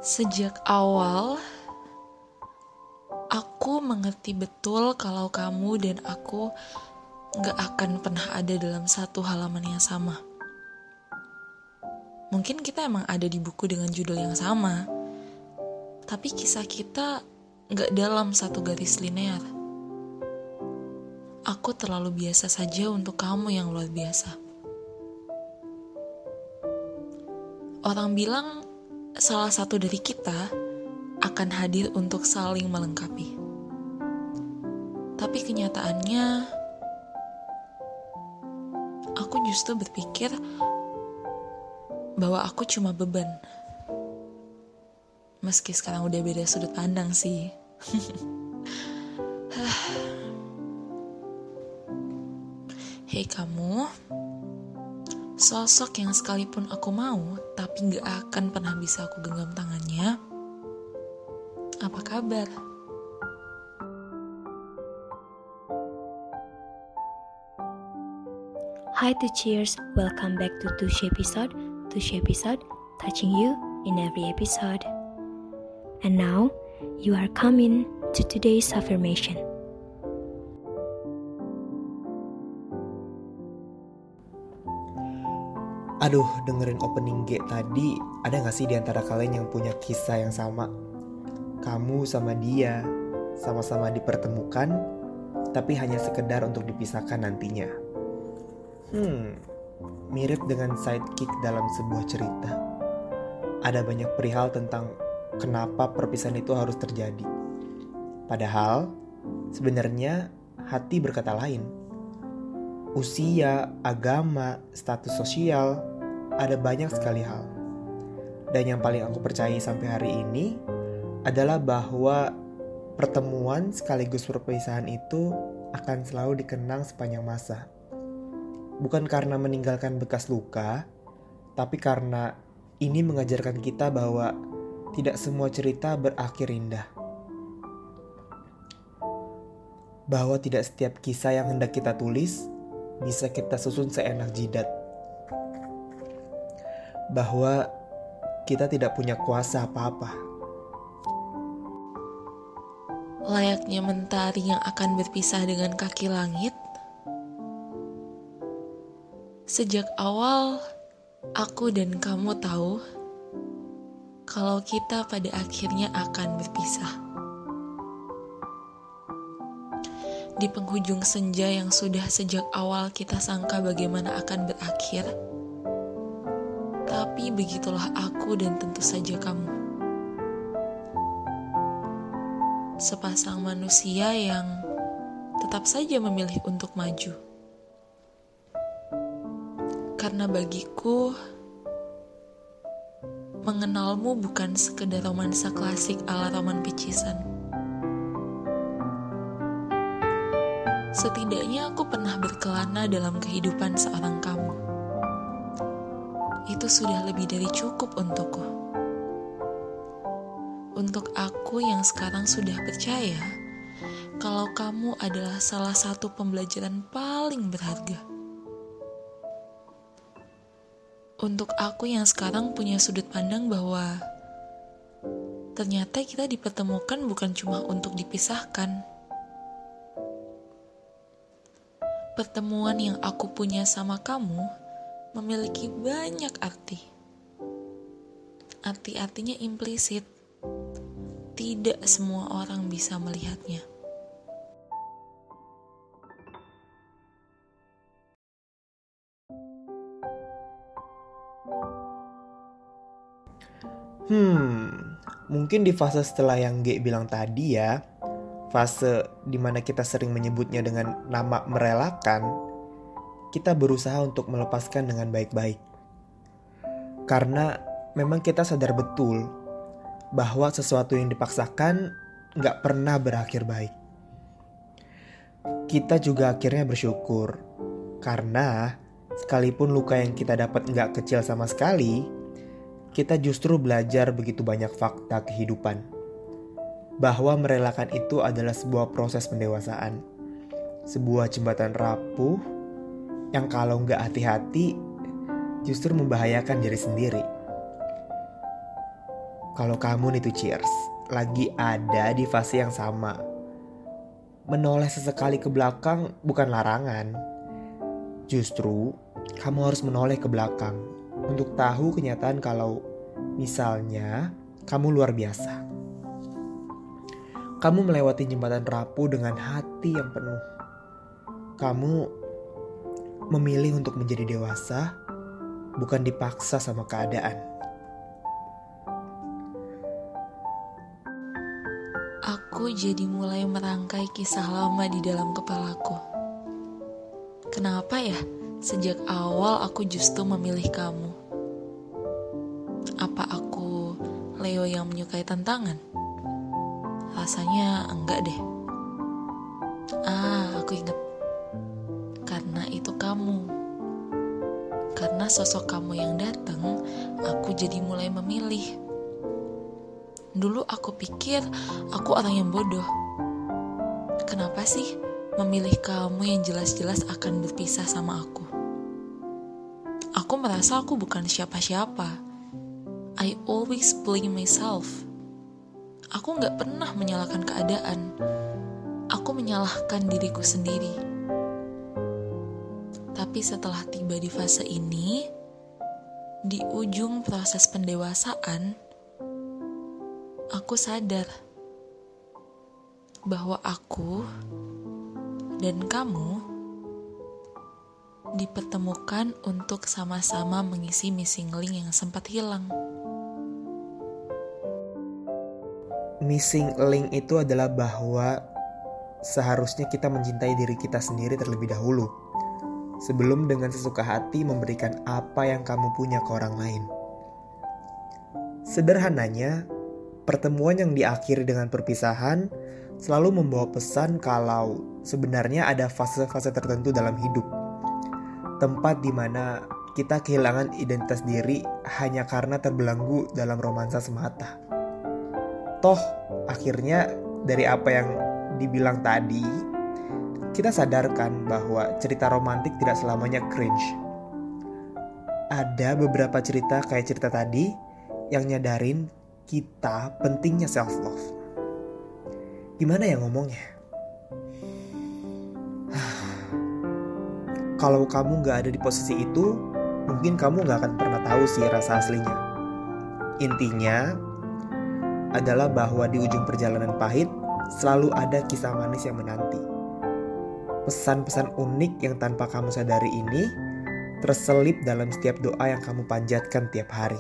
Sejak awal, aku mengerti betul kalau kamu dan aku gak akan pernah ada dalam satu halaman yang sama. Mungkin kita emang ada di buku dengan judul yang sama, tapi kisah kita gak dalam satu garis linear. Aku terlalu biasa saja untuk kamu yang luar biasa. Orang bilang salah satu dari kita akan hadir untuk saling melengkapi. Tapi kenyataannya, aku justru berpikir bahwa aku cuma beban. Meski sekarang udah beda sudut pandang sih. Hei kamu, sosok yang sekalipun aku mau, tapi gak akan pernah bisa aku genggam tangannya. Apa kabar? Hi to cheers, welcome back to Tush episode, touching you in every episode. And now, you are coming to today's affirmation. Aduh, dengerin opening G tadi, ada gak sih di antara kalian yang punya kisah yang sama? Kamu sama dia, sama-sama dipertemukan, tapi hanya sekedar untuk dipisahkan nantinya. Mirip dengan sidekick dalam sebuah cerita. Ada banyak perihal tentang kenapa perpisahan itu harus terjadi. Padahal, sebenarnya hati berkata lain. Usia, agama, status sosial, ada banyak sekali hal. Dan yang paling aku percayai sampai hari ini adalah bahwa pertemuan sekaligus perpisahan itu akan selalu dikenang sepanjang masa. Bukan karena meninggalkan bekas luka, tapi karena ini mengajarkan kita bahwa tidak semua cerita berakhir indah. Bahwa tidak setiap kisah yang hendak kita tulis bisa kita susun seenak jidat. Bahwa kita tidak punya kuasa apa-apa. Layaknya mentari yang akan berpisah dengan kaki langit, sejak awal aku dan kamu tahu kalau kita pada akhirnya akan berpisah. Di penghujung senja yang sudah sejak awal kita sangka bagaimana akan berakhir, tapi begitulah aku dan tentu saja kamu. Sepasang manusia yang tetap saja memilih untuk maju. Karena bagiku, mengenalmu bukan sekedar romansa klasik ala roman picisan. Setidaknya aku pernah berkelana dalam kehidupan seorang kamu. Itu sudah lebih dari cukup untukku. Untuk aku yang sekarang sudah percaya kalau kamu adalah salah satu pembelajaran paling berharga. Untuk aku yang sekarang punya sudut pandang bahwa ternyata kita dipertemukan bukan cuma untuk dipisahkan. Pertemuan yang aku punya sama kamu memiliki banyak arti. Arti-artinya implisit. Tidak semua orang bisa melihatnya. Mungkin di fase setelah yang G bilang tadi ya, fase dimana kita sering menyebutnya dengan nama merelakan, kita berusaha untuk melepaskan dengan baik-baik. Karena memang kita sadar betul bahwa sesuatu yang dipaksakan gak pernah berakhir baik. Kita juga akhirnya bersyukur, karena sekalipun luka yang kita dapat gak kecil sama sekali, kita justru belajar begitu banyak fakta kehidupan. Bahwa merelakan itu adalah sebuah proses pendewasaan. Sebuah jembatan rapuh yang kalau nggak hati-hati justru membahayakan diri sendiri. kalau kamu nih tuh cheers, lagi ada di fase yang sama. Menoleh sesekali ke belakang bukan larangan. Justru, kamu harus menoleh ke belakang untuk tahu kenyataan kalau misalnya kamu luar biasa. Kamu melewati jembatan rapuh dengan hati yang penuh. Kamu memilih untuk menjadi dewasa, bukan dipaksa sama keadaan. Aku jadi mulai merangkai kisah lama di dalam kepalaku. Kenapa ya sejak awal aku justru memilih kamu? Apa aku Leo yang menyukai tantangan? Rasanya enggak deh. Aku ingat. Karena itu kamu. Karena sosok kamu yang datang, aku jadi mulai memilih. Dulu aku pikir aku orang yang bodoh. Kenapa sih memilih kamu yang jelas-jelas akan berpisah sama aku? Aku merasa aku bukan siapa-siapa. I always blame myself. Aku gak pernah menyalahkan keadaan. Aku menyalahkan diriku sendiri. Tapi setelah tiba di fase ini, di ujung proses pendewasaan, aku sadar bahwa aku dan kamu dipertemukan untuk sama-sama mengisi missing link yang sempat hilang. Missing link itu adalah bahwa seharusnya kita mencintai diri kita sendiri terlebih dahulu, sebelum dengan sesuka hati memberikan apa yang kamu punya ke orang lain. Sederhananya, pertemuan yang diakhiri dengan perpisahan selalu membawa pesan kalau sebenarnya ada fase-fase tertentu dalam hidup. Tempat di mana kita kehilangan identitas diri hanya karena terbelenggu dalam romansa semata. Toh, akhirnya dari apa yang dibilang tadi, kita sadarkan bahwa cerita romantik tidak selamanya cringe. Ada beberapa cerita kayak cerita tadi yang nyadarin kita pentingnya self-love. Gimana ya ngomongnya? Kalau kamu gak ada di posisi itu, mungkin kamu gak akan pernah tahu sih rasa aslinya. Intinya adalah bahwa di ujung perjalanan pahit selalu ada kisah manis yang menanti. Pesan-pesan unik yang tanpa kamu sadari ini terselip dalam setiap doa yang kamu panjatkan tiap hari.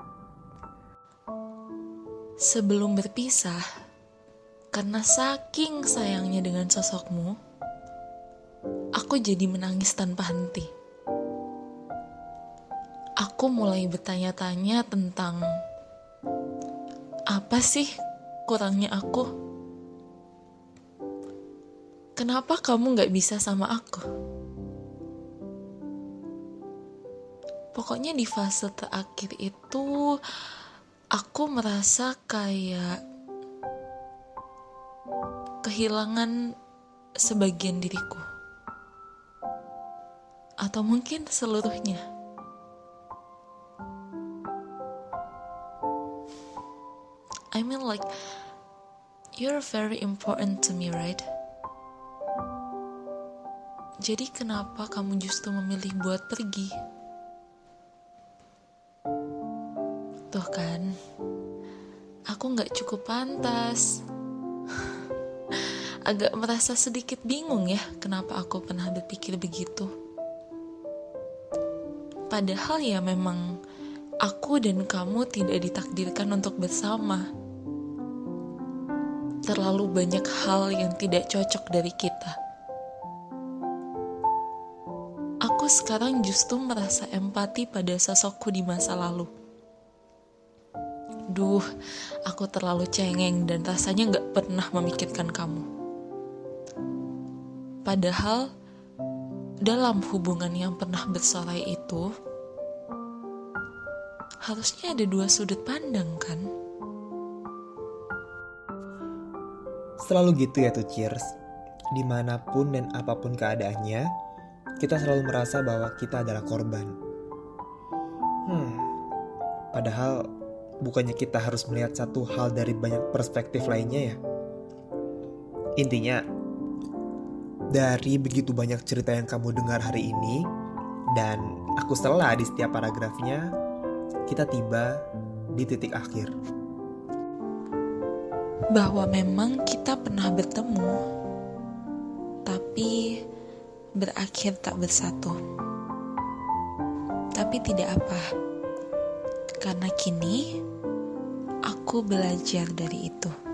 Sebelum berpisah, karena saking sayangnya dengan sosokmu, aku jadi menangis tanpa henti. Aku mulai bertanya-tanya tentang apa sih kurangnya aku? Kenapa kamu gak bisa sama aku? Pokoknya di fase terakhir itu aku merasa kayak kehilangan sebagian diriku. Atau mungkin seluruhnya. I mean like, you're very important to me, right? Jadi kenapa kamu justru memilih buat pergi? Tuh kan, aku gak cukup pantas. Agak merasa sedikit bingung ya, kenapa aku pernah berpikir begitu. Padahal ya memang aku dan kamu tidak ditakdirkan untuk bersama. Terlalu banyak hal yang tidak cocok dari kita. Aku sekarang justru merasa empati pada sosokku di masa lalu. Duh, aku terlalu cengeng dan rasanya gak pernah memikirkan kamu. Padahal, dalam hubungan yang pernah bersorai itu, harusnya ada dua sudut pandang kan? Selalu gitu ya tuh cheers. Dimanapun dan apapun keadaannya, kita selalu merasa bahwa kita adalah korban. Padahal bukannya kita harus melihat satu hal dari banyak perspektif lainnya ya? Intinya, dari begitu banyak cerita yang kamu dengar hari ini, dan aku setelah di setiap paragrafnya, kita tiba di titik akhir. Bahwa memang kita pernah bertemu, tapi berakhir tak bersatu. Tapi tidak apa, karena kini aku belajar dari itu.